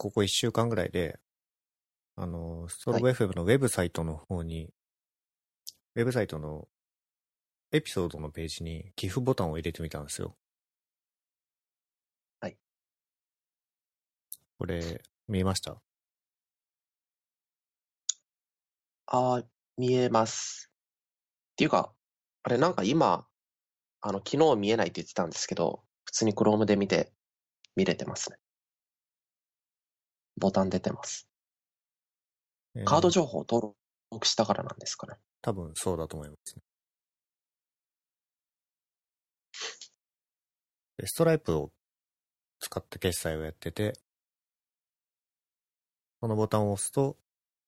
ここ1週間ぐらいで、ストロボ FM のウェブサイトの方に、ウェブサイトのエピソードのページに寄付ボタンを入れてみたんですよ。 はい。 これ、見えました？ 見えます。っていうか、あれなんか今、昨日見えないって言ってたんですけど、普通に Chrome で見れてますね。ボタン出てます。カード情報を登録したからなんですかね。 多分そうだと思いますね。でストライプを使って決済をやってて、このボタンを押すと、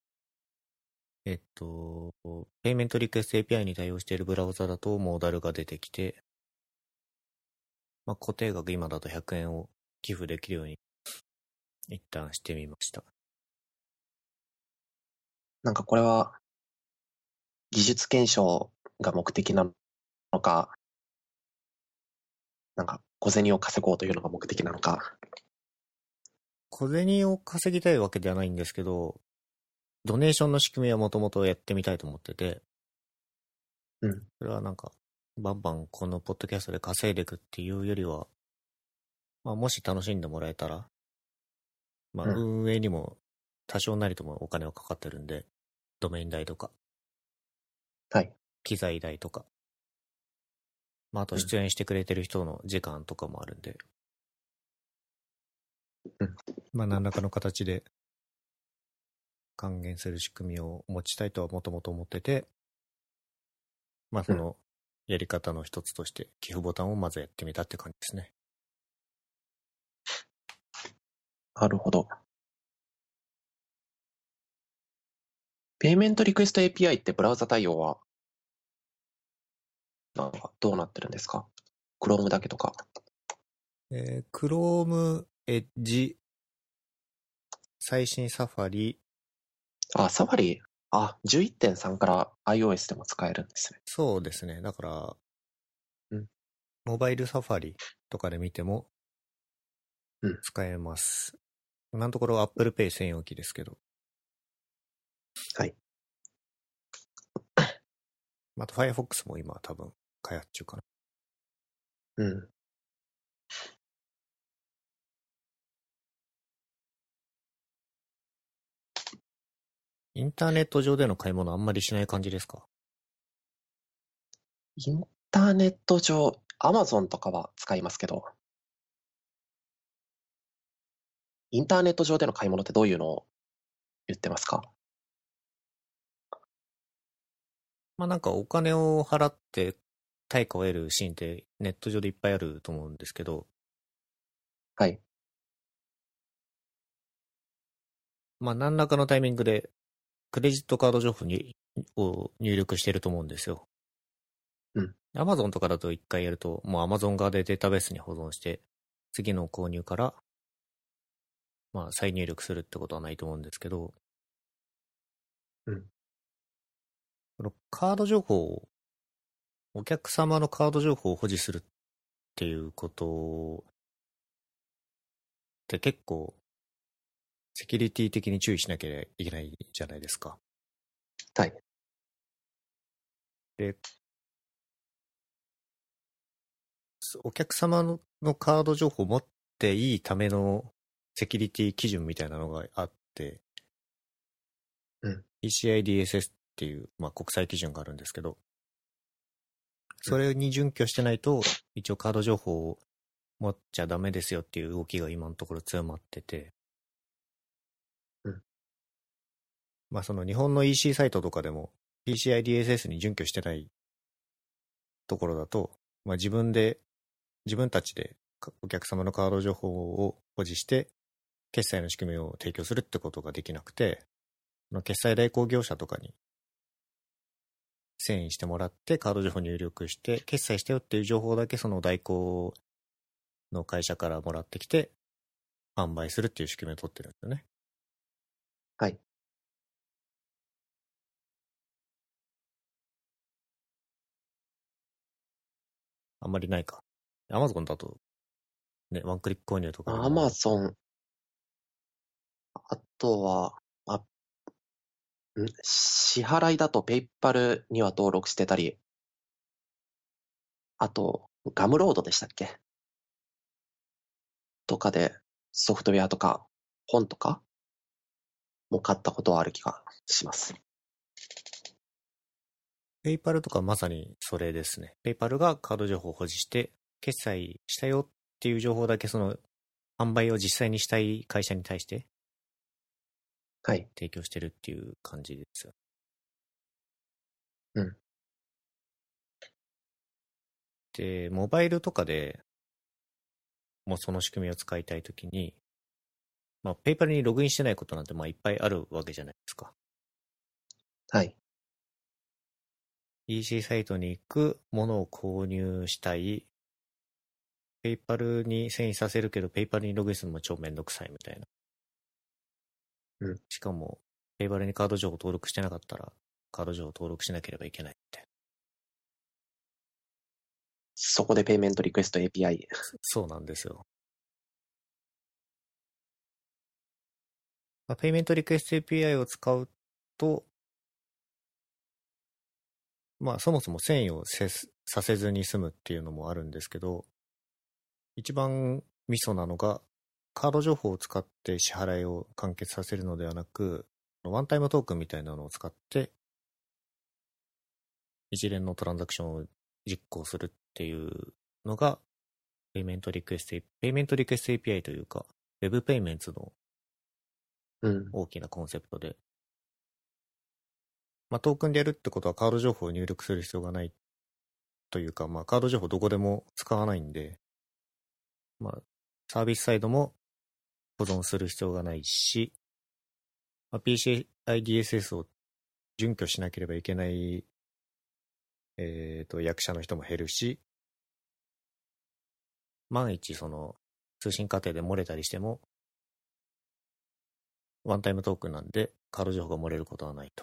ペイメントリクエスト API に対応しているブラウザだとモーダルが出てきて、まあ、固定額今だと100円を寄付できるように一旦してみました。 なんかこれは、技術検証が目的なのか、なんか小銭を稼ごうというのが目的なのか。 小銭を稼ぎたいわけではないんですけど、ドネーションの仕組みはもともとやってみたいと思ってて、 うん。 それはなんか、バンバンこのポッドキャストで稼いでいくっていうよりは、まあ、もし楽しんでもらえたら、まあ、運営にも多少なりともお金はかかってるんで、ドメイン代とか、 はい。 機材代とか、まあ、あと出演してくれてる人の時間とかもあるんで、まあ、何らかの形で還元する仕組みを持ちたいとはもともと思ってて、まあ、そのやり方の一つとして寄付ボタンをまずやってみたって感じですね。 なるほど。ペイメントリクエスト API ってブラウザ対応は、なんかどうなってるんですか？ Chrome だけとか。 Chrome、Edge、最新サファリ。 サファリ、11.3 から iOS でも使えるんですね。 そうですね。だから、モバイルサファリとかで見ても使えます。今のところ Apple Pay 専用機ですけど。 はい。 あと Firefox も今多分開発中かな。インターネット上での買い物あんまりしない感じですか？ インターネット上、Amazon とかは使いますけど、インターネット上での買い物ってどういうのを言ってますか？ まあなんかお金を払って対価を得るシーンってネット上でいっぱいあると思うんですけど、 はい。 まあ何らかのタイミングでクレジットカード情報を入力してると思うんですよ。Amazon とかだと一回やると、もう Amazon 側でデータベースに保存して、次の購入から、まあ再入力するってことはないと思うんですけど、このカード情報を、お客様のカード情報を保持するっていうことって結構、セキュリティ的に注意しなきゃいけないじゃないですか。 はい。 で、お客様のカード情報を持っていいためのセキュリティ基準みたいなのがあって、PCI DSS っていう、まあ、国際基準があるんですけど、それに準拠してないと、一応カード情報を持っちゃダメですよっていう動きが今のところ強まってて、まあその日本の EC サイトとかでも PCI DSS に準拠してないところだと、まあ自分たちでお客様のカード情報を保持して決済の仕組みを提供するってことができなくて、決済代行業者とかに遷移してもらってカード情報入力して決済したよっていう情報だけその代行の会社からもらってきて販売するっていう仕組みを取ってるんですよね。 はい。 あんまりないか。Amazon だとね、ワンクリック購入とかでも。 Amazon とは、支払いだとペイパルには登録してたり、あと、ガムロードでしたっけとかでソフトウェアとか本とかも買ったことはある気がします。 ペイパルとかまさにそれですね。ペイパルがカード情報を保持して、決済したよっていう情報だけその販売を実際にしたい会社に対してはい。 提供してるっていう感じですよ。 うん。 で、モバイルとかでもうその仕組みを使いたいときに、まあ、ペイパルにログインしてないことなんてまあいっぱいあるわけじゃないですか。 はい。 EC サイトに行く、ものを購入したい、ペイパルに遷移させるけど、ペイパルにログインするのも超めんどくさいみたいな。 うん。 しかも、ペイパルにカード情報登録してなかったら、カード情報登録しなければいけないって。 そこでペイメントリクエスト API。 そうなんですよ。まあ、ペイメントリクエスト API を使うと、まあそもそも遷移をさせずに済むっていうのもあるんですけど、一番ミソなのが、カード情報を使って支払いを完結させるのではなく、ワンタイムトークンみたいなのを使って、一連のトランザクションを実行するっていうのが、ペイメントリクエスト API というか、Web ペイメンツの大きなコンセプトで、まあ、トークンでやるってことはカード情報を入力する必要がないというか、まあ、カード情報どこでも使わないんで、まあ、サービスサイドも保存する必要がないし、まあ、PCI DSS を準拠しなければいけない、役者の人も減るし、万一その通信過程で漏れたりしても、ワンタイムトークンなんでカード情報が漏れることはないと。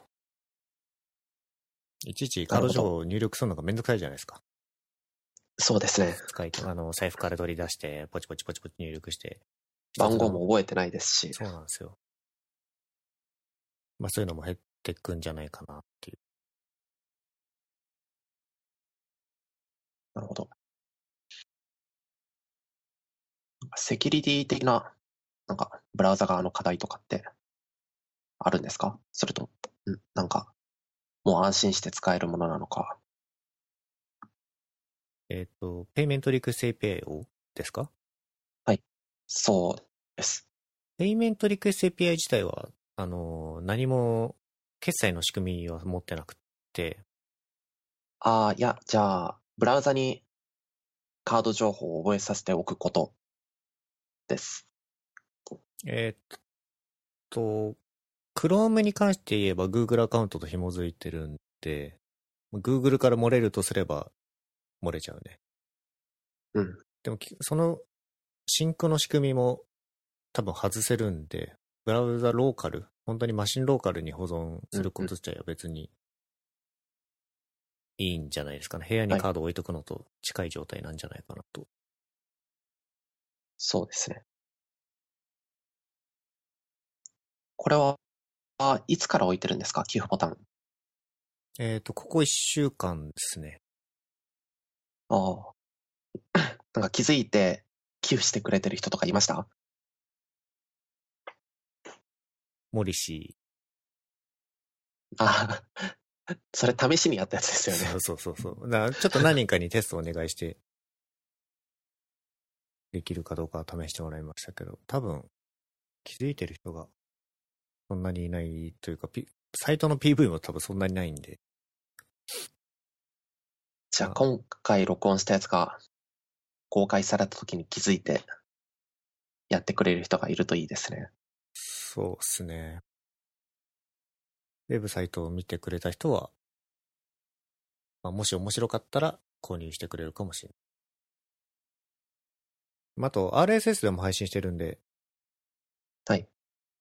いちいちカード情報を入力するのがめんどくさいじゃないですか。 そうですね。 財布から取り出して、ポチポチポチポチ入力して。 番号も覚えてないですし。 そうなんですよ。まあそういうのも減ってくんじゃないかなっていう。 なるほど。セキュリティ的な、なんか、ブラウザ側の課題とかってあるんですか？それと、なんか、もう安心して使えるものなのか。 ペイメントリクエスト API をですか？ はい。そうです。 ペイメントリクエスト API 自体は、何も決済の仕組みは持ってなくて。 いや、じゃあ、ブラウザにカード情報を覚えさせておくことです。 Chrome に関して言えば Google アカウントと紐づいてるんで、Google から漏れるとすれば漏れちゃうね。 うん。 でも、そのシンクの仕組みも多分外せるんで、ブラウザローカル、本当にマシンローカルに保存すること自体は別にいいんじゃないですかね。部屋にカードを置いとくのと近い状態なんじゃないかなと。 そうですね。これは、いつから置いてるんですか？寄付ボタン。 ここ1週間ですね。 なんか気づいて寄付してくれてる人とかいました？ モリシそれ試しにやったやつですよね。 そう。だからちょっと何人かにテストをお願いして、できるかどうかは試してもらいましたけど、多分気づいてる人がそんなにいないというか、サイトの PV も多分そんなにないんで。 じゃあ今回録音したやつが公開された時に気づいてやってくれる人がいるといいですね。 そうっすね。ウェブサイトを見てくれた人は、まあ、もし面白かったら購入してくれるかもしれない。あと、RSS でも配信してるんで、 はい。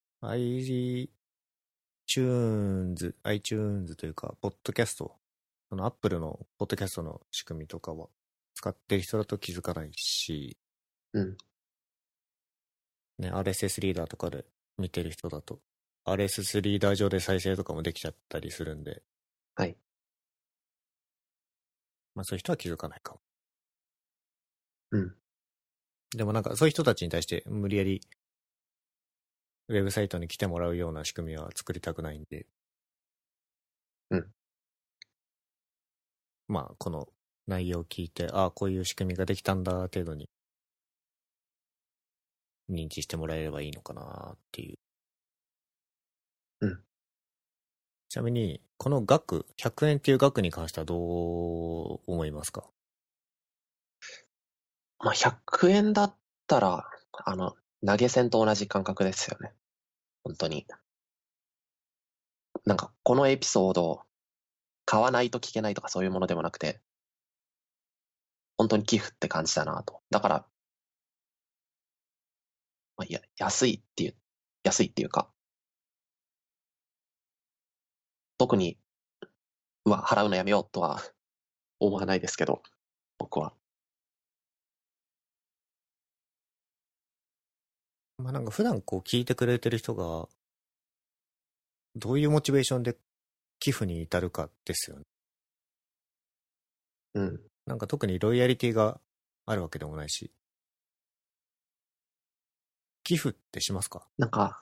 iTunes というか、ポッドキャスト、Apple のポッドキャストの仕組みとかは使ってる人だと気づかないし、 うん。 ね、RSS リーダーとかで見てる人だと。RSS リーダー上で再生とかもできちゃったりするんで。 はい。 まあそういう人は気づかないかも。 うん。 でもなんかそういう人たちに対して無理やりウェブサイトに来てもらうような仕組みは作りたくないんで。 うん。 まあこの内容を聞いて、ああ、こういう仕組みができたんだ程度に認知してもらえればいいのかなっていう。 うん。 ちなみに、この額、100円っていう額に関してはどう思いますか？ まあ、100円だったら、投げ銭と同じ感覚ですよね。本当に。なんか、このエピソードを買わないと聞けないとかそういうものでもなくて、本当に寄付って感じだなと。だから、まあ、安いっていうか、特に、払うのやめようとは思わないですけど、僕は。 まあなんか普段こう聞いてくれてる人が、どういうモチベーションで寄付に至るかですよね。 うん。 なんか特にロイヤリティがあるわけでもないし。寄付ってしますか？ なんか、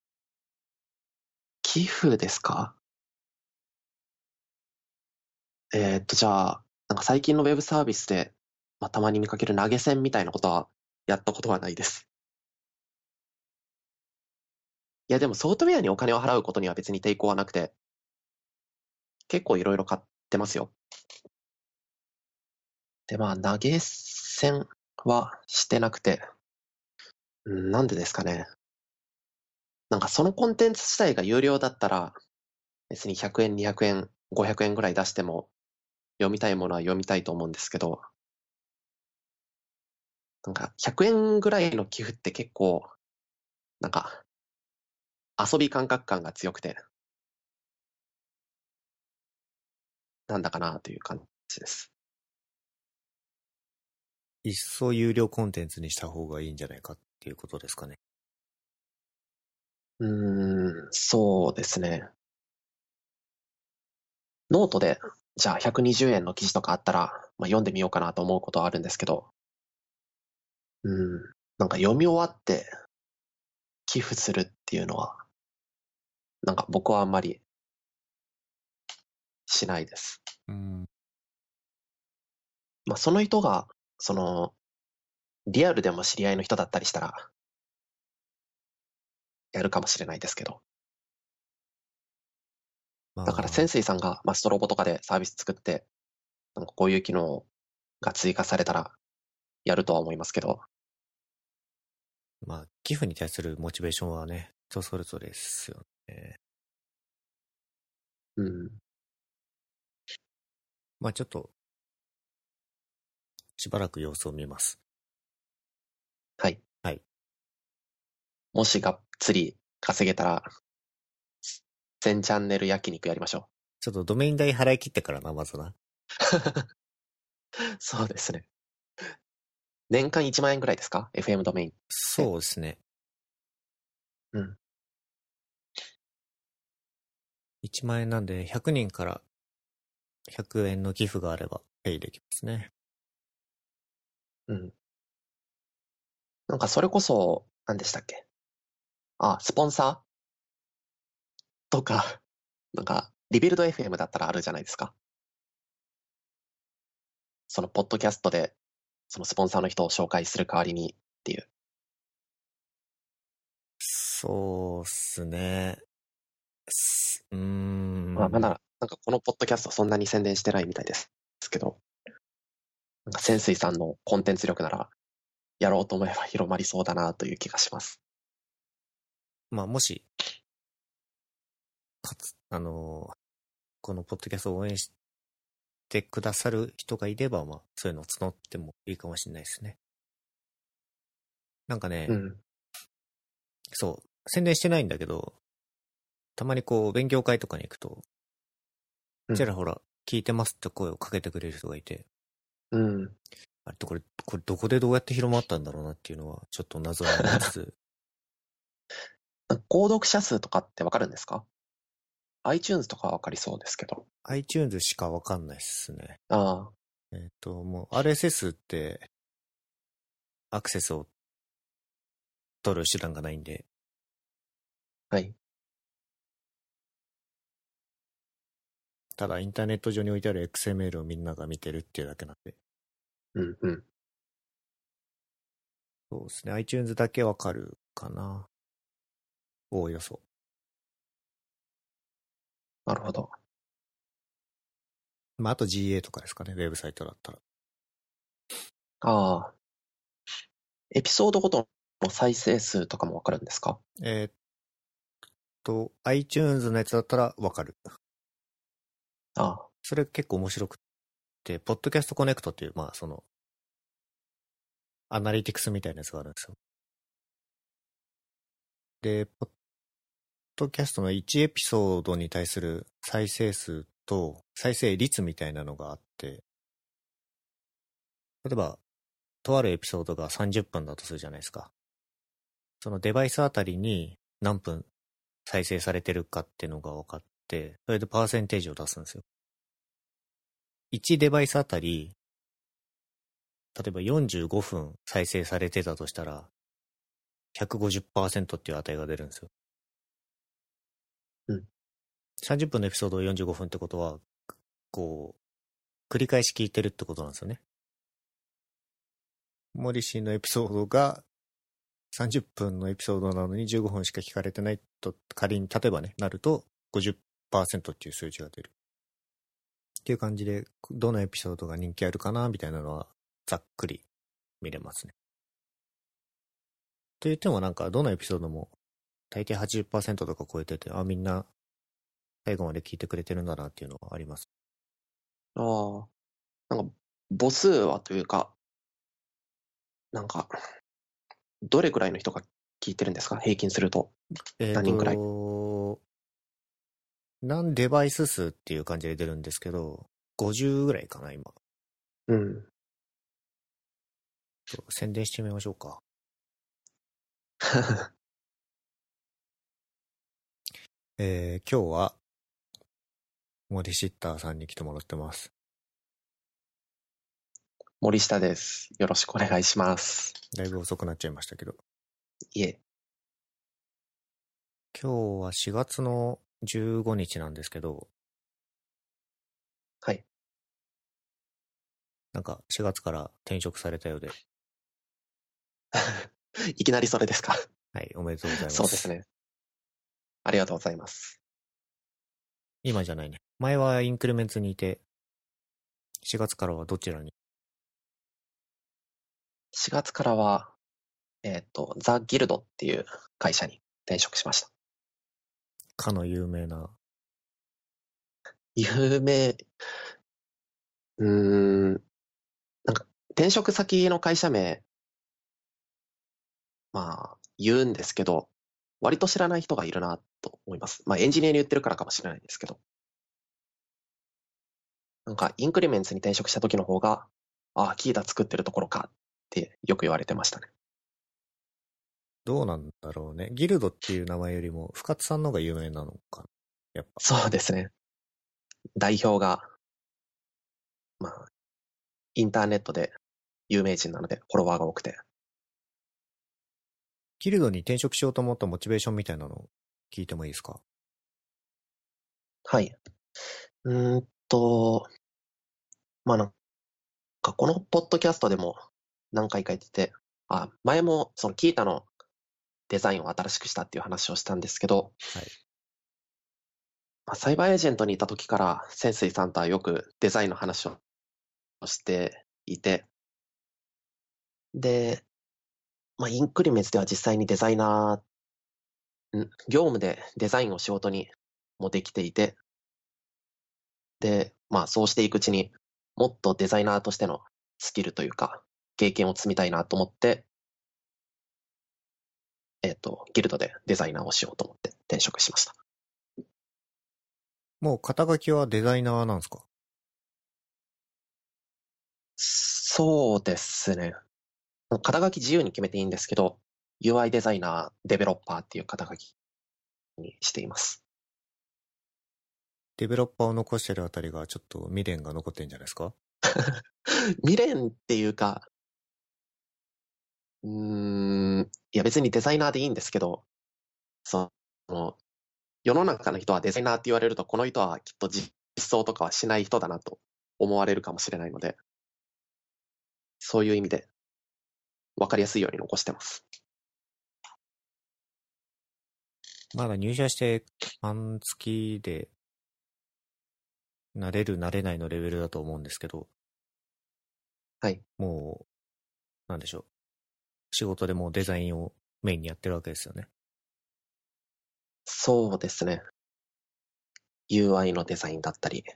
寄付ですか？じゃあ、なんか最近のウェブサービスで、まあ、たまに見かける投げ銭みたいなことはやったことはないです。いや、でもソフトウェアにお金を払うことには別に抵抗はなくて、結構いろいろ買ってますよ。で、まあ、投げ銭はしてなくて、なんでですかね。なんかそのコンテンツ自体が有料だったら、別に100円、200円、500円ぐらい出しても、読みたいものは読みたいと思うんですけど、なんか100円ぐらいの寄付って結構、なんか遊び感覚感が強くて、なんだかなという感じです。 いっそ有料コンテンツにした方がいいんじゃないかっていうことですかね。 そうですね。ノートで、じゃあ120円の記事とかあったら、まあ、読んでみようかなと思うことはあるんですけど、なんか読み終わって寄付するっていうのは、なんか僕はあんまりしないです。 うん。 まあその人が、リアルでも知り合いの人だったりしたら、やるかもしれないですけど。だからまあ、 潜水さんが、まあ、ストロボとかでサービス作って、なんかこういう機能が追加されたら、やるとは思いますけど。 まあ、寄付に対するモチベーションはね、人それぞれですよね。 うん。 まあちょっと、しばらく様子を見ます。 はい。 はい。 もしがっつり稼げたら、全チャンネル焼肉やりましょちょっとドメイン代払い切ってからな、まずな。 う。そうですね。年間1万円ぐらいですか？ FM ドメイン。 そうですね。 うん。 1万円なんで、100人から100円の寄付があれば、ペイできますね。 うん。なんかそれこそ、何でしたっけ？スポンサーとか、なんか、リビルド FM だったらあるじゃないですか。そのポッドキャストで、そのスポンサーの人を紹介する代わりにっていう。 そうっすね。 まだ、なんかこのポッドキャストそんなに宣伝してないみたいですけど、なんか潜水さんのコンテンツ力なら、やろうと思えば広まりそうだなという気がします。 まあもし、このポッドキャストを応援してくださる人がいれば、まあそういうのを募ってもいいかもしれないですね。なんかね、 うん。 そう、宣伝してないんだけど、たまにこう、勉強会とかに行くと、 うん。 ちらほら、聞いてますって声をかけてくれる人がいて、 うん。 あれとこれどこでどうやって広まったんだろうなっていうのは、ちょっと謎に思いつつ、 購読者数とかってわかるんですか？ iTunes とかはわかりそうですけど。 iTunes しかわかんないっすね。 あもう RSS ってアクセスを取る手段がないんで、 あ、はい。 ただインターネット上に置いてある XML をみんなが見てるっていうだけなんで。 うんうん。 そうですね。iTunes だけわかるかな。おおよそ。 なるほど。 まあ、あと GA とかですかね。ウェブサイトだったら。 ああ、エピソードごとの再生数とかもわかるんですか？ えーっiTunes のやつだったらわかる。 ああ、 それ結構面白くって、ポッドキャストコネクトっていう、まあ、アナリティクスみたいなやつがあるんですよ。で、ポッドキャストの1エピソードに対する再生数と再生率みたいなのがあって、例えば、とあるエピソードが30分だとするじゃないですか。そのデバイスあたりに何分再生されてるかっていうのが分かって、それでパーセンテージを出すんですよ。1デバイスあたり、例えば45分再生されてたとしたら、150% っていう値が出るんですよ。 うん。 30分のエピソードを45分ってことは、こう、繰り返し聞いてるってことなんですよね。モリシーのエピソードが30分のエピソードなのに15分しか聞かれてないと、仮に、例えばね、なると50%っていう数字が出る。っていう感じで、どのエピソードが人気あるかな、みたいなのは、ざっくり見れますね。と言ってもなんか、どのエピソードも、大抵80%とか超えてて、あ、みんな、最後まで聞いてくれてるんだなっていうのはあります。 ああ、なんか、母数はというか、なんか、どれくらいの人が聞いてるんですか？平均すると。何人くらい？ 何デバイス数っていう感じで出るんですけど、50ぐらいかな、今。 うん。 宣伝してみましょうか。今日は、森シッターさんに来てもらってます。 森下です。よろしくお願いします。 だいぶ遅くなっちゃいましたけど。 いえ。 今日は4月の15日なんですけど、 はい。 なんか4月から転職されたようで、 いきなりそれですか？ はい、おめでとうございます。 そうですね。ありがとうございます。 今じゃないね。前はインクルメンツにいて、4月からはどちらに？ 4月からは、ザ・ギルドっていう会社に転職しました。 かの有名な。 有名、なんか、転職先の会社名、まあ、言うんですけど、割と知らない人がいるなと思います。まあ、エンジニアに言ってるからかもしれないですけど。なんか、インクリメンツに転職した時の方が、ああ、キーダ作ってるところかってよく言われてましたね。 どうなんだろうね。ギルドっていう名前よりも、深津さんの方が有名なのかな。やっぱ。 そうですね。代表が、まあ、インターネットで有名人なので、フォロワーが多くて。 ギルドに転職しようと思ったモチベーションみたいなのを聞いてもいいですか？ はい。うーんと、まあなんかこのポッドキャストでも何回か言ってて、前もそのキータのデザインを新しくしたっていう話をしたんですけど、 はい。 サイバーエージェントにいた時から潜水さんとはよくデザインの話をしていて、で、インクリメンツでは実際にデザイナ業務でデザインを仕事にもできていて、で、そうしていくうちにもっとデザイナーとしてのスキルというか、経験を積みたいなと思って、ギルドでデザイナーをしようと思って転職しました。 もう肩書きはデザイナーなんですか？ そうですね。肩書き自由に決めていいんですけど、 UI デザイナー、デベロッパーっていう肩書きにしています。 デベロッパーを残してるあたりがちょっと未練が残ってるんじゃないですか？ 未練っていうか、いや別にデザイナーでいいんですけど、その、世の中の人はデザイナーって言われると、この人はきっと実装とかはしない人だなと思われるかもしれないので、そういう意味で分かりやすいように残してます。 まだ入社して半月で慣れる慣れないのレベルだと思うんですけど、 はい。 もう、なんでしょう。仕事でもうデザインをメインにやってるわけですよね。 そうですね。UI のデザインだったり。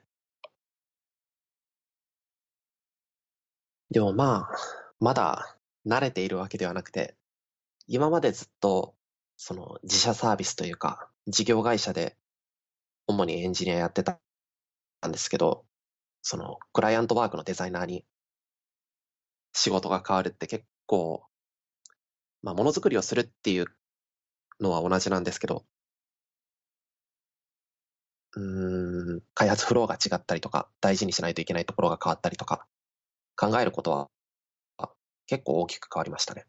でもまあ、まだ慣れているわけではなくて、今までずっと、その自社サービスというか、事業会社で主にエンジニアやってたんですけど、そのクライアントワークのデザイナーに仕事が変わるって結構、まあものづくりをするっていうのは同じなんですけど、開発フローが違ったりとか、大事にしないといけないところが変わったりとか、考えることは結構大きく変わりましたね。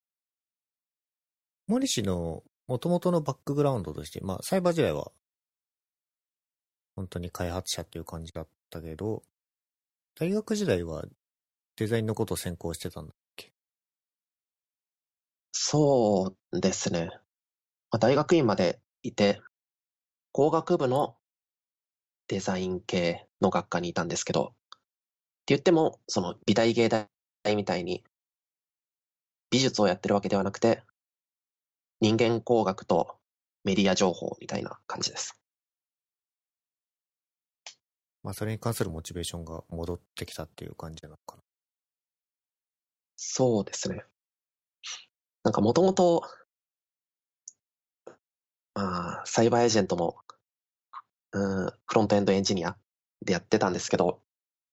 森氏の元々のバックグラウンドとして、まあ、サイバー時代は本当に開発者っていう感じだったけど、大学時代はデザインのことを専攻してたんだっけ？ そうですね。まあ大学院までいて、工学部のデザイン系の学科にいたんですけど、って言っても、その美大芸大みたいに美術をやってるわけではなくて、人間工学とメディア情報みたいな感じです。 まあ、それに関するモチベーションが戻ってきたっていう感じなのかな。 そうですね。なんかもともと、まあ、サイバーエージェントも、フロントエンドエンジニアでやってたんですけど、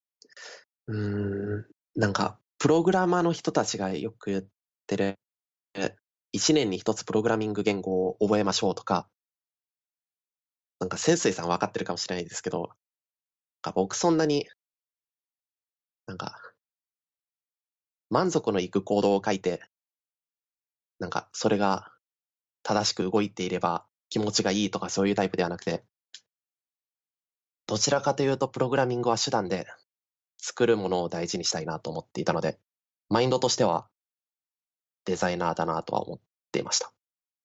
なんか、プログラマーの人たちがよく言ってる、一年に一つプログラミング言語を覚えましょうとか、なんか潜水さん分かってるかもしれないですけど、なんか僕そんなになんか満足のいくコードを書いて、なんかそれが正しく動いていれば気持ちがいいとかそういうタイプではなくて、どちらかというとプログラミングは手段で作るものを大事にしたいなと思っていたので、マインドとしてはデザイナーだなとは思っていました。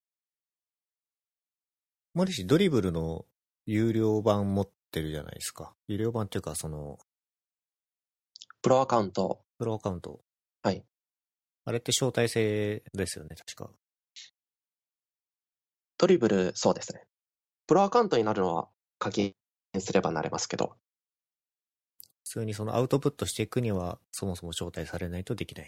森氏、ドリブルの有料版持ってるじゃないですか。有料版っていうか、 プロアカウント、 プロアカウント。 はい。 あれって招待制ですよね、確か。 ドリブル、そうですね。プロアカウントになるのは課金すればなれますけど、 普通にそのアウトプットしていくには、そもそも招待されないとできない。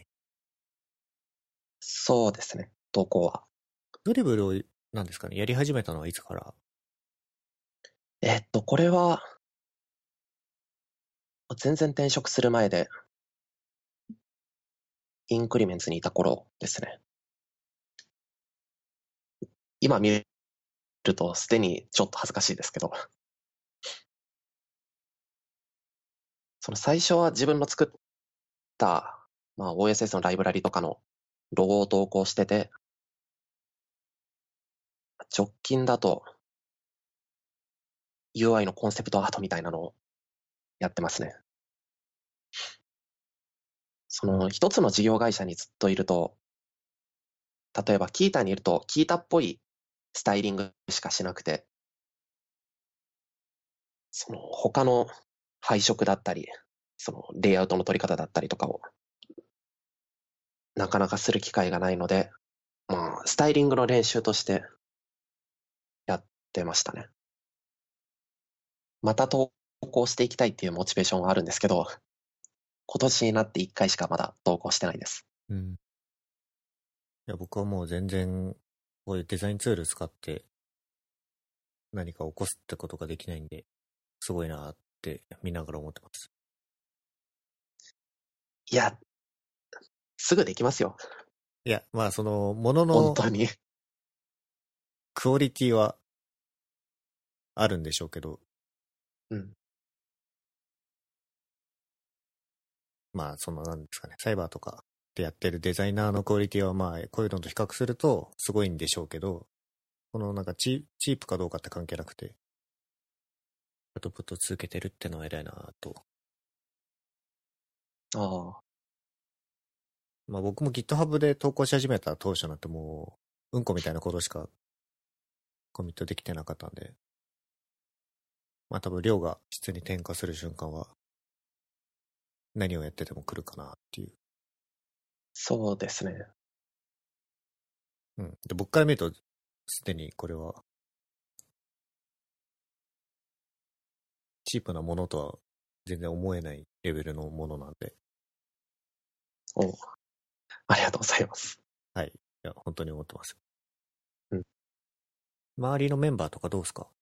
そうですね。投稿は。 ドリブルを、なんですかね、やり始めたのはいつから？ これは全然転職する前で、インクリメンツにいた頃ですね。今見るとすでにちょっと恥ずかしいですけど、その最初は自分の作った、まあ、OSS のライブラリとかのロゴを投稿してて、直近だと UI のコンセプトアートみたいなのをやってますね。その一つの事業会社にずっといると、例えばキータにいるとキータっぽいスタイリングしかしなくて、その他の配色だったり、そのレイアウトの取り方だったりとかをなかなかする機会がないので、まあ、スタイリングの練習としてやってましたね。また投稿していきたいっていうモチベーションはあるんですけど、今年になって1回しかまだ投稿してないです。 うん。いや、僕はもう全然、こういうデザインツール使って何か起こすってことができないんで、すごいなって見ながら思ってます。 いや、すぐできますよ。 いや、まあその、ものの本当に。 クオリティはあるんでしょうけど、 うん。 まあその、なんですかね、サイバーとかでやってるデザイナーのクオリティはまあ、こういうのと比較するとすごいんでしょうけど、このなんかチープかどうかって関係なくて、アウトプット続けてるってのは偉いなと。 ああ。 まあ僕も GitHub で投稿し始めた当初なんてもう、うんこみたいなことしかコミットできてなかったんで、まあ多分量が質に転化する瞬間は何をやってても来るかなっていう。 そうですね。 うん。で、僕から見ると、すでにこれは、チープなものとは全然思えないレベルのものなんで、 お、ありがとうございます。 はい。いや、本当に思ってます。 うん。 周りのメンバーとかどうですか？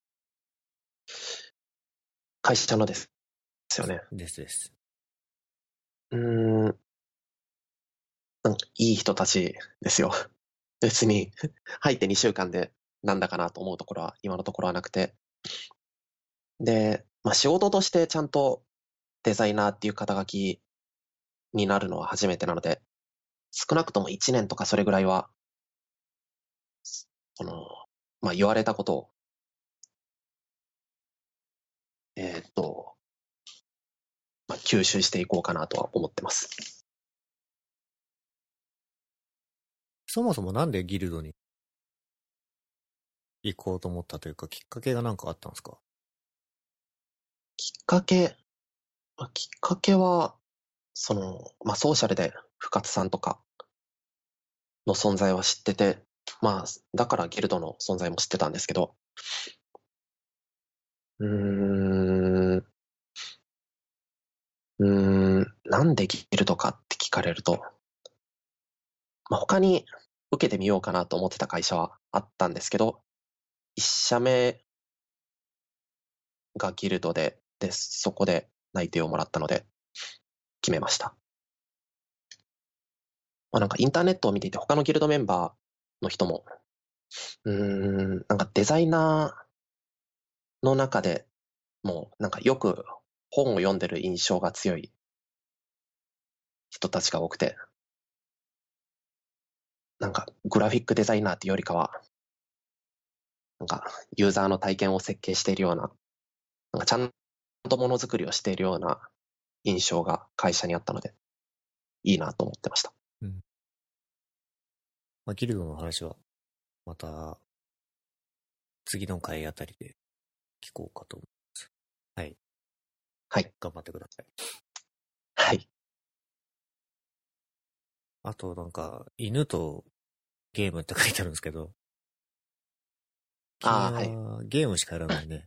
会社のですよね。 ですです。 うーん、なんかいい人たちですよ。別に入って2週間でなんだかなと思うところは今のところはなくて。で、まあ仕事としてちゃんとデザイナーっていう肩書きになるのは初めてなので、少なくとも1年とかそれぐらいは、その、まあ言われたことを、えーっと、まあ、吸収していこうかなとは思ってます。 そもそもなんでギルドに行こうと思ったというか、きっかけがなんかあったんですか？ きっかけ、きっかけは、まあソーシャルで深津さんとかの存在は知ってて、まあ、だからギルドの存在も知ってたんですけど、うーん、なんでギルドかって聞かれると、まあ、他に受けてみようかなと思ってた会社はあったんですけど、一社目がギルドで、そこで内定をもらったので決めました。まあ、なんかインターネットを見ていて他のギルドメンバーの人も、なんかデザイナーの中でもなんかよく本を読んでる印象が強い人たちが多くて、なんかグラフィックデザイナーっていうよりかは、なんかユーザーの体験を設計しているような、なんかちゃんとものづくりをしているような印象が会社にあったので、いいなと思ってました。 うん。まあ、ギルドの話は、また、次の回あたりで聞こうかと思います。はい。 はい。 頑張ってください。 はい。 あと、なんか、犬とゲームって書いてあるんですけど、君ああ、はい。 はゲームしかやらないね。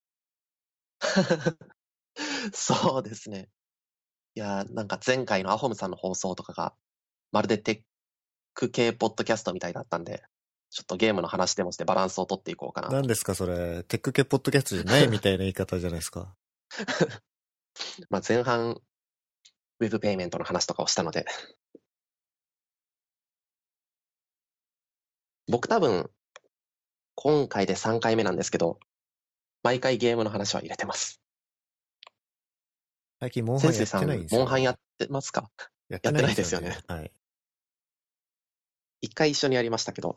そうですね。いやー、なんか前回のアホムさんの放送とかが、まるでテック系ポッドキャストみたいだったんで、ちょっとゲームの話でもしてバランスを取っていこうかなと。 何ですかそれ、テック系ポッドキャストじゃないみたいな言い方じゃないですか。 まあ前半、ウェブペイメントの話とかをしたので、僕多分、今回で3回目なんですけど、毎回ゲームの話は入れてます。 最近モンハンやって潜水さん、 ないんですよね。 モンハンやってますか？ やってないんやってないですよね。 ですよね。 はい。 一回一緒にやりましたけど。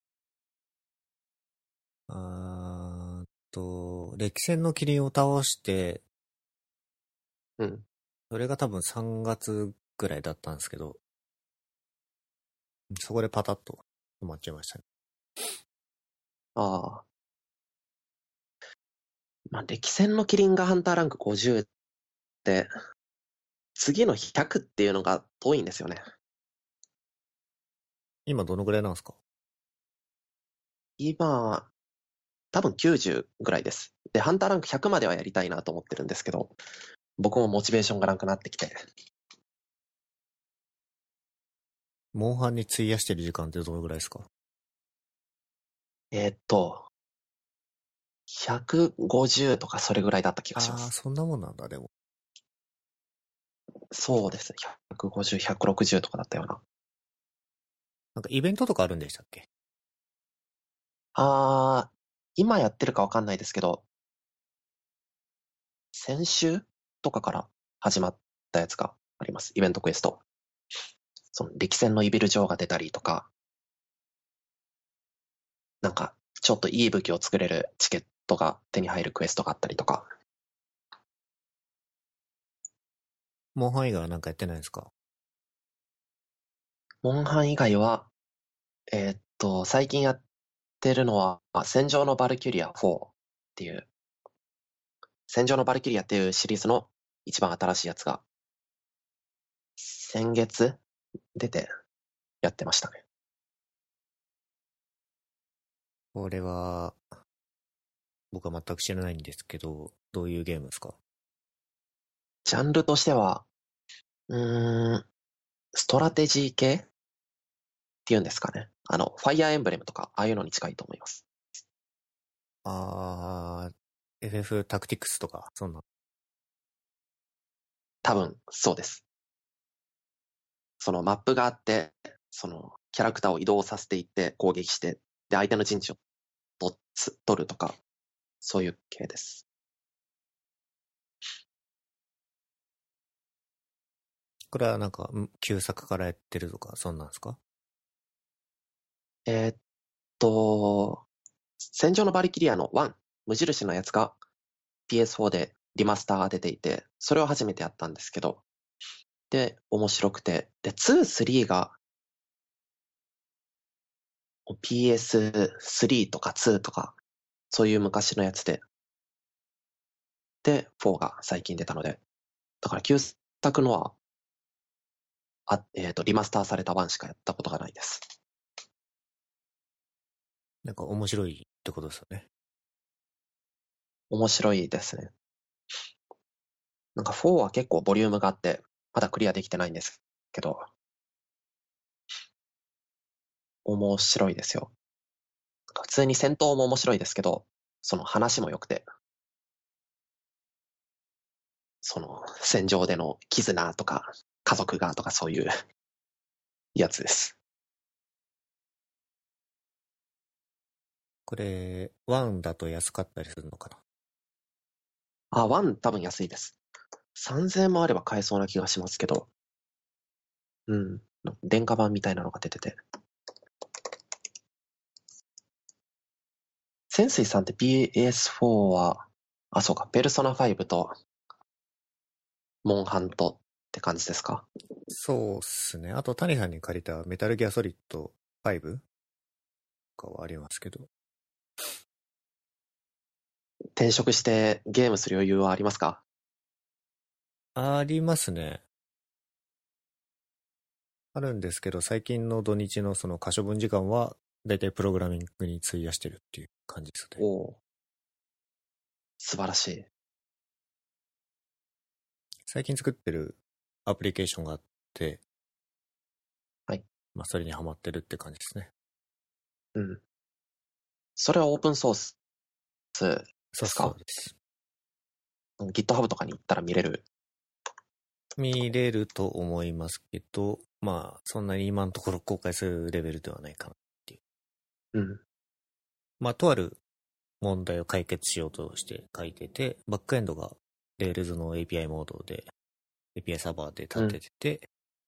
歴戦のキリンを倒して、 うん。 それが多分3月ぐらいだったんですけど、そこでパタッと止まっちゃいましたね。 ああ。まあ、歴戦のキリンがハンターランク50で、次の100っていうのが遠いんですよね。 今どのぐらいなんですか？ 今、多分90ぐらいです。で、ハンターランク100まではやりたいなと思ってるんですけど、僕もモチベーションがなくなってきて。 モンハンに費やしてる時間ってどのぐらいですか？ えーっと、150とかそれぐらいだった気がしまああー、 す。 そんなもんなんだ、でも。 そうですね。150、160とかだったような。 なんかイベントとかあるんでしたっけ？ 今やってるかわかんないですけど、先週とかから始まったやつがあります。イベントクエスト。その力戦のイビル城が出たりとか、なんかちょっといい武器を作れるチケットが手に入るクエストがあったりとか。 モンハン以外はなんかやってないんですか？ モンハン以外は、最近やってるのは、戦場のバルキュリア4っていう、戦場のバルキュリアっていうシリーズの一番新しいやつが、先月出てやってましたね。 これは、僕は全く知らないんですけど、どういうゲームですか？ ジャンルとしては、ストラテジー系っていうんですかね。ファイアーエンブレムとか、ああいうのに近いと思います。 FF タクティクスとか、そんな。 多分、そうです。そのマップがあって、そのキャラクターを移動させていって攻撃して、で、相手の陣地を取るとか、そういう系です。 これはなんか、旧作からやってるとか、そんなんですか？ えーっ戦場のバリキリアの1、無印のやつが PS4 でリマスターが出ていて、それを初めてやったんですけど、で、面白くて、で、2、3が PS3 とか2とか、そういう昔のやつで、で、4が最近出たので、だから旧作のは、リマスターされた1しかやったことがないです。 なんか面白いってことですよね。 面白いですね。なんか4は結構ボリュームがあって、まだクリアできてないんですけど、面白いですよ。普通に戦闘も面白いですけど、その話も良くて、その戦場での絆とか、家族がとかそういうやつです。 これ、1だと安かったりするのかな？ 1多分安いです。3000円もあれば買えそうな気がしますけど、うん。廉価版みたいなのが出てて。潜水さんって PS4 は、そうか、ペルソナ5と、モンハンとって感じですか？ そうっすね。あと、谷さんに借りたメタルギアソリッド5とかはありますけど。 転職してゲームする余裕はありますか？ ありますね。あるんですけど、最近の土日のその可処分時間は、だいたいプログラミングに費やしてるっていう感じですね。 おお、素晴らしい。 最近作ってるアプリケーションがあって、 はい。 まあ、それにハマってるって感じですね。 うん。それはオープンソースでそうすか？ そうです。 GitHub とかに行ったら見れる。 見れると思いますけど、まあ、そんなに今のところ公開するレベルではないかなっていう。 うん。 まあ、とある問題を解決しようとして書いてて、バックエンドが Rails の API モードで、API サーバーで立ててて、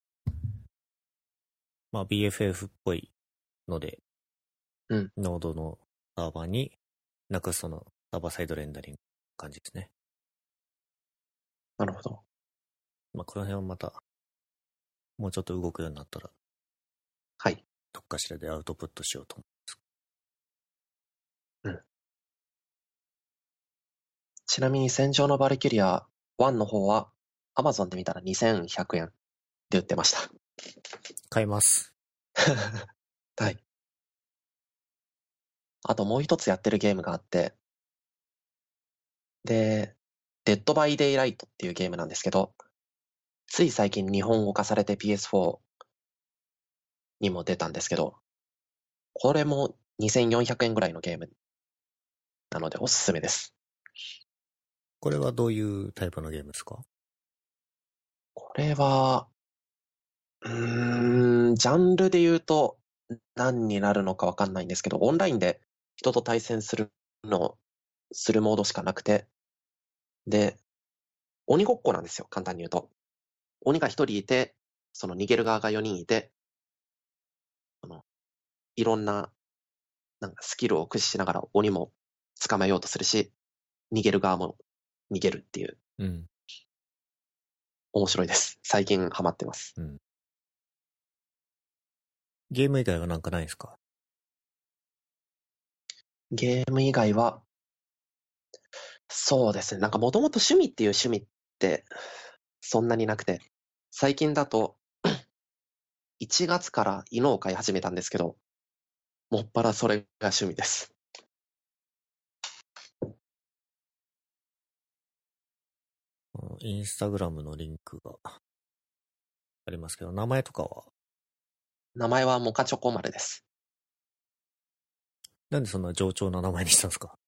まあ、BFF っぽいので、 うん。 ノードのサーバーに、なくそのサーバーサイドレンダリング感じですね。 なるほど。 まあ、この辺はまた、もうちょっと動くようになったら、 はい。 どっかしらでアウトプットしようと思うん。ちなみに戦場のバルキュリア1の方は Amazon で見たら2100円で売ってました。 買います。 はい。あともう一つやってるゲームがあって、で、デッドバイデイライトっていうゲームなんですけど、つい最近日本語化されて PS4 にも出たんですけど、これも2400円ぐらいのゲームなのでおすすめです。 これはどういうタイプのゲームですか？ これは、ジャンルで言うと何になるのかわかんないんですけど、オンラインで人と対戦するモードしかなくて、で、鬼ごっこなんですよ、簡単に言うと。鬼が一人いて、その逃げる側が4人いて、そのいろんな、なんかスキルを駆使しながら鬼も捕まえようとするし、逃げる側も逃げるっていう、 うん。 面白いです。最近ハマってます。 うん。ゲーム以外はなんかないですか？ ゲーム以外は、そうですね。なんかもともと趣味っていう趣味ってそんなになくて、最近だと1月から犬を飼い始めたんですけど、もっぱらそれが趣味です。 インスタグラムのリンクがありますけど、名前とかは名前はモカチョコ丸です。 なんでそんな冗長な名前にしたんですか？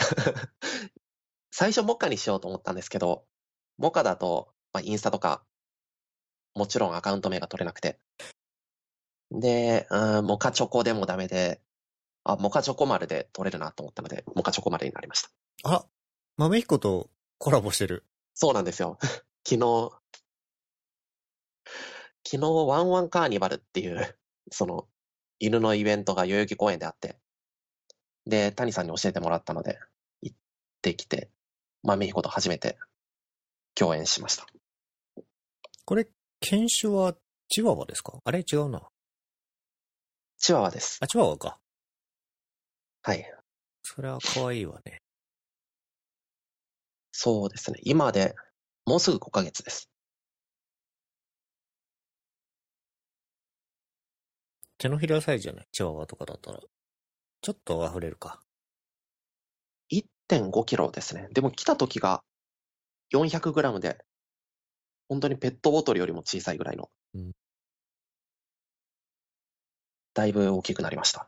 最初モカにしようと思ったんですけど、モカだと、インスタとか、もちろんアカウント名が取れなくて。で、モカチョコでもダメで、モカチョコ丸で取れるなと思ったので、モカチョコ丸になりました。 あ、豆彦とコラボしてる。 そうなんですよ。昨日、ワンワンカーニバルっていう、その、犬のイベントが代々木公園であって、で、谷さんに教えてもらったので、行ってきて、豆彦と初めて共演しました。 これ、犬種はチワワですか？あれ違うな。 チワワです。 あ、チワワか。 はい。 それは可愛いわね。 そうですね。今で、もうすぐ5ヶ月です。 手のひらサイズじゃない？チワワとかだったら。ちょっと溢れるか。 1.5キロですね。でも来た時が400グラムで、本当にペットボトルよりも小さいぐらいの、 うん。 だいぶ大きくなりました。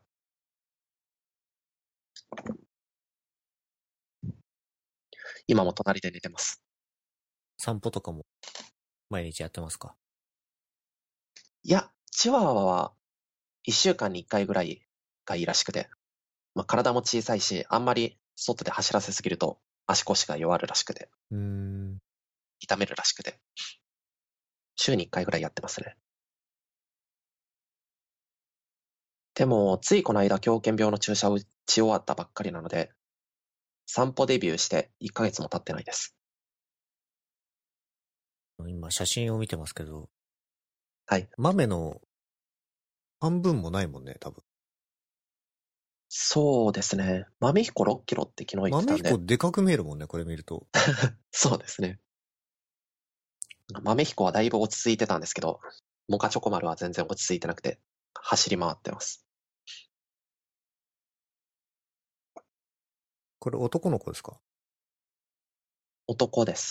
今も隣で寝てます。 散歩とかも毎日やってますか？ いや、チワワは1週間に1回ぐらいがいいらしくて、体も小さいし、あんまり外で走らせすぎると足腰が弱るらしくて、 うーん。 痛めるらしくて、週に1回ぐらいやってますね。でも、ついこの間狂犬病の注射を打ち終わったばっかりなので、散歩デビューして1ヶ月も経ってないです。 今写真を見てますけど、 はい。 豆の半分もないもんね、多分。 そうですね。豆彦6キロって昨日言って豆たんで、 彦でかく見えるもんね、これ見ると。 そうですね。豆彦はだいぶ落ち着いてたんですけど、モカチョコ丸は全然落ち着いてなくて、走り回ってます。 これ男の子ですか？ 男です。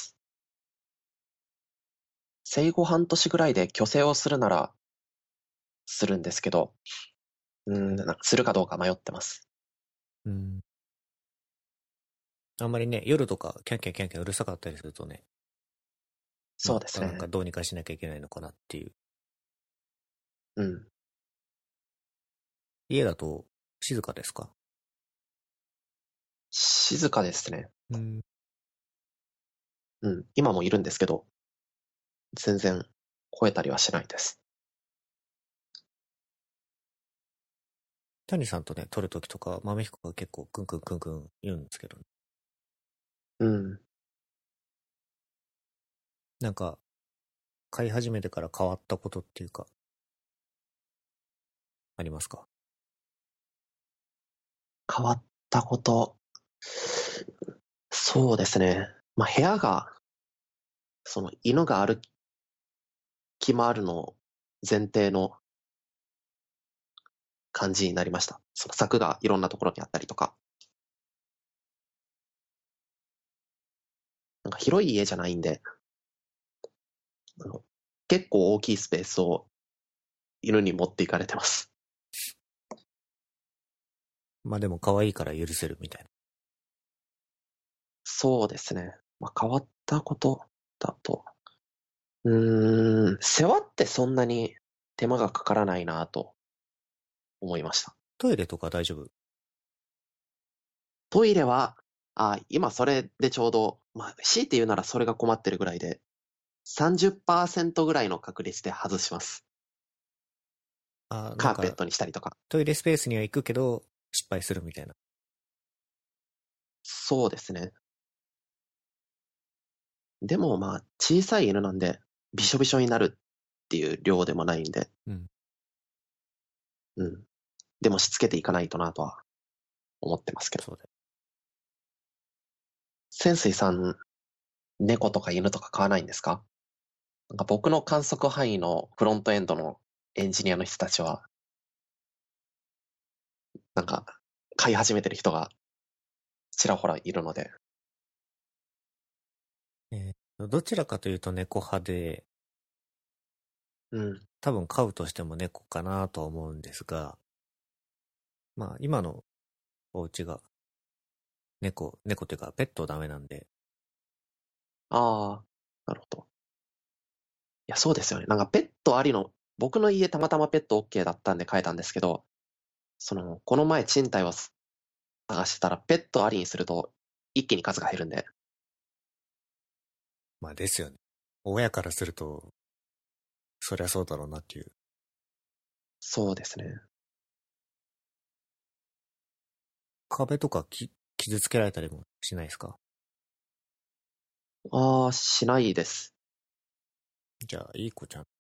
生後半年ぐらいで虚勢をするならするんですけど、なんかするかどうか迷ってます。 うん。あんまりね、夜とかキャンキャンキャンキャンうるさかったりするとね、またなんかそうですね。 どうにかしなきゃいけないのかなっていう。 うん。 家だと静かですか？ 静かですね。 うん。 うん。今もいるんですけど、全然吠えたりはしないです。 谷さんとね、撮るときとか、豆彦が結構クンクンクンクン言うんですけど、ね、 うん。 なんか、飼い始めてから変わったことっていうか、ありますか？ 変わったこと。そうですね。部屋が、その犬が歩き回るの前提の感じになりました。その柵がいろんなところにあったりとか。なんか広い家じゃないんで、あの結構大きいスペースを犬に持っていかれてます。 まあでも可愛いから許せるみたいな。 そうですね。変わったことだと、世話ってそんなに手間がかからないなと思いました。 トイレとか大丈夫？ トイレは、今それでちょうど、強いて言うならそれが困ってるぐらいで、30% ぐらいの確率で外します。 なんか、 カーペットにしたりとか。 トイレスペースには行くけど、失敗するみたいな。 そうですね。でも小さい犬なんで、びしょびしょになるっていう量でもないんで、 うん。 うん。でもしつけていかないとなとは思ってますけど。 そうだよ。 潜水さん、猫とか犬とか飼わないんですか？なんか僕の観測範囲のフロントエンドのエンジニアの人たちは、なんか飼い始めてる人がちらほらいるので。 どちらかというと猫派で、 うん。 多分飼うとしても猫かなとは思うんですが、今のお家が猫っていうかペットダメなんで、 ああ、なるほど。いや、そうですよね。なんかペットありの、僕の家たまたまペット OK だったんで飼えたんですけど、この前賃貸を探してたらペットありにすると一気に数が減るんで。 ですよね。親からすると、そりゃそうだろうなっていう。 そうですね。 壁とか傷つけられたりもしないですか？ しないです。 じゃあ、いい子ちゃん。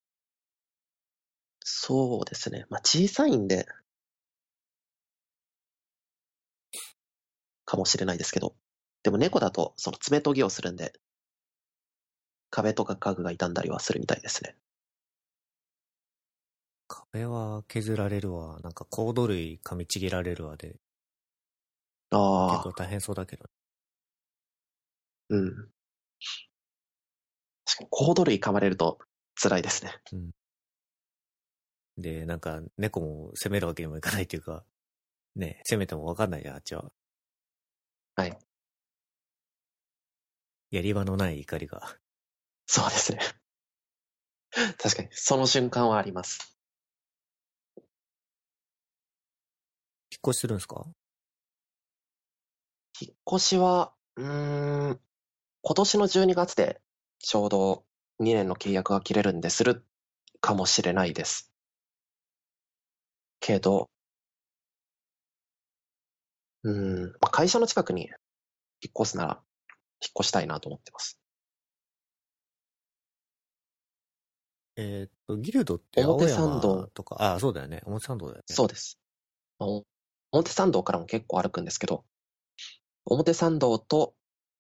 そうですね。小さいんで、かもしれないですけど。でも猫だと、爪研ぎをするんで、壁とか家具が傷んだりはするみたいですね。 壁は削られるわ。なんかコード類噛みちぎられるわで、結ああ、 構大変そうだけど。 うん。確かにコード類噛まれると辛いですね。 うん。で、なんか猫も責めるわけにもいかないっていうか、ね、責めてもわかんないじゃん、あっちは。 はい。 やり場のない怒りが。 そうですね。確かに、その瞬間はあります。 引っ越しするんですか？ 引っ越しは、今年の12月でちょうど2年の契約が切れるんでするかもしれないです。けど、会社の近くに引っ越すなら引っ越したいなと思ってます。 ギルドって青表参道、 山とか、そうだよね。表参道だよね。 そうです。表参道からも結構歩くんですけど、表参道と、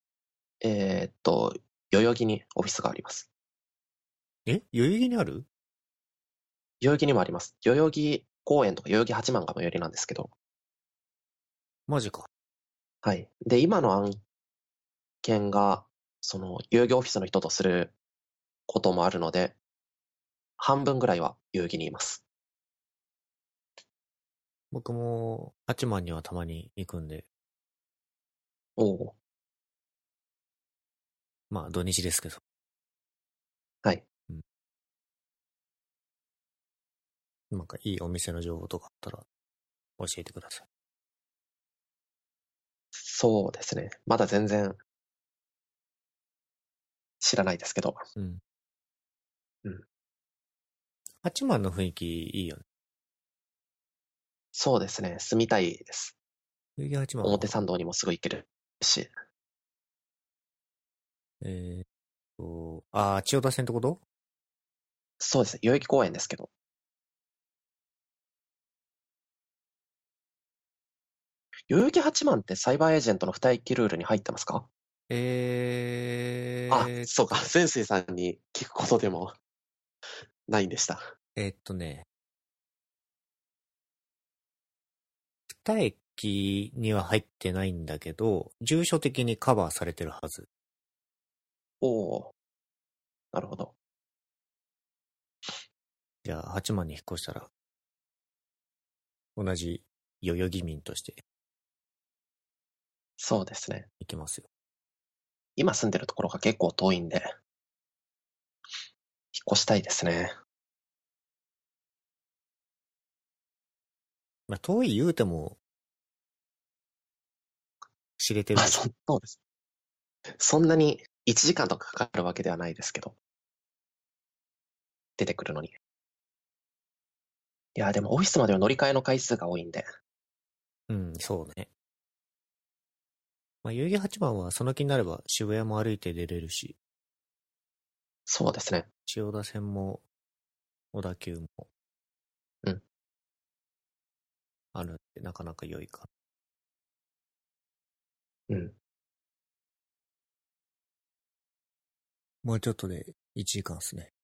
代々木にオフィスがあります。 代々木にある？ 代々木にもあります。代々木公園とか代々木八幡が最寄りなんですけど、 マジか。 はい。で、今の案件が、代々木オフィスの人とすることもあるので、半分ぐらいは代々木にいます。 僕も八幡にはたまに行くんで、 おお。 土日ですけど。 はい。 うん。なんかいいお店の情報とかあったら教えてください。 そうですね。まだ全然知らないですけど。 うん。 うん。 八幡の雰囲気いいよね。 そうですね。住みたいです。 代々木八幡表は、 参道にもすぐ行けるし。 千代田線ってこと？ そうですね。代々木公園ですけど。代々木八幡ってサイバーエージェントの二駅ルールに入ってますか？そうか。潜水さんに聞くことでもないんでした。 ね、二駅には入ってないんだけど、住所的にカバーされてるはず。 おお、なるほど。 じゃあ、八幡に引っ越したら、同じ代々木民としてそうですね。 行きますよ。 今住んでるところが結構遠いんで、引っ越したいですね。 まあ、遠い言うても、知れてるまあ、 でしょ。 そうです。そんなに1時間とかかかるわけではないですけど、出てくるのに。いや、でもオフィスまでは乗り換えの回数が多いんで。 うん、そうね。まあ、代々木八幡はその気になれば渋谷も歩いて出れるし、 そうですね。 千代田線も小田急もうんあるんで、なかなか良いか。 うん。 もうちょっとで1時間ですね。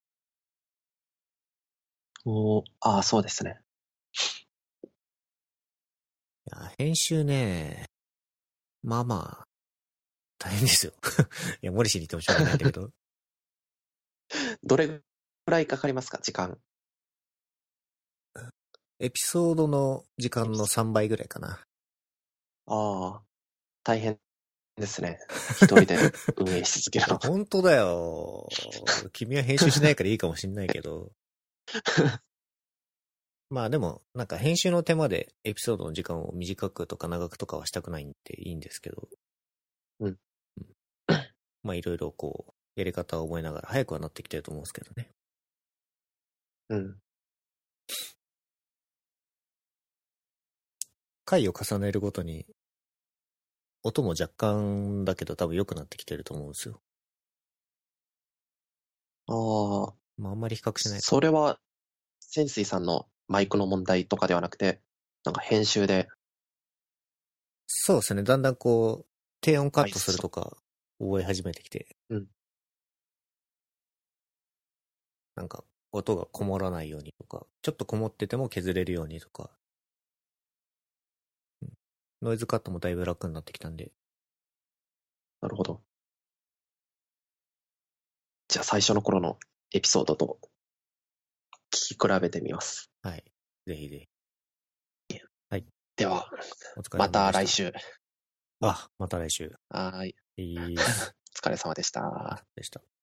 ああ、そうですね。 いや、編集ね、まあまあ、大変ですよ。いや、森氏に言ってもしょうがないんだけど。 どれぐらいかかりますか、時間。 エピソードの時間の3倍ぐらいかな。 ああ、大変ですね。一人で運営し続けるの。 本当だよ。君は編集しないからいいかもしんないけど。まあでも、なんか編集の手間でエピソードの時間を短くとか長くとかはしたくないんでいいんですけど。 うん。 まあいろいろこう、やり方を覚えながら早くはなってきてると思うんですけどね。 うん。 回を重ねるごとに、音も若干だけど多分良くなってきてると思うんですよ。 ああ、 まああんまり比較しないか。 それは、潜水さんのマイクの問題とかではなくて、なんか編集で、 そうですね。だんだんこう、低音カットするとか覚え始めてきて。 うん。 なんか音がこもらないようにとか、ちょっとこもってても削れるようにとか。ノイズカットもだいぶ楽になってきたんで。 なるほど。じゃあ最初の頃のエピソードと聞き比べてみます。 はい。ぜひぜひ。 では、 お疲れ様でした。 また来週。 あ、また来週。 はーい。 いいっす。 お疲れ様でした。 でした。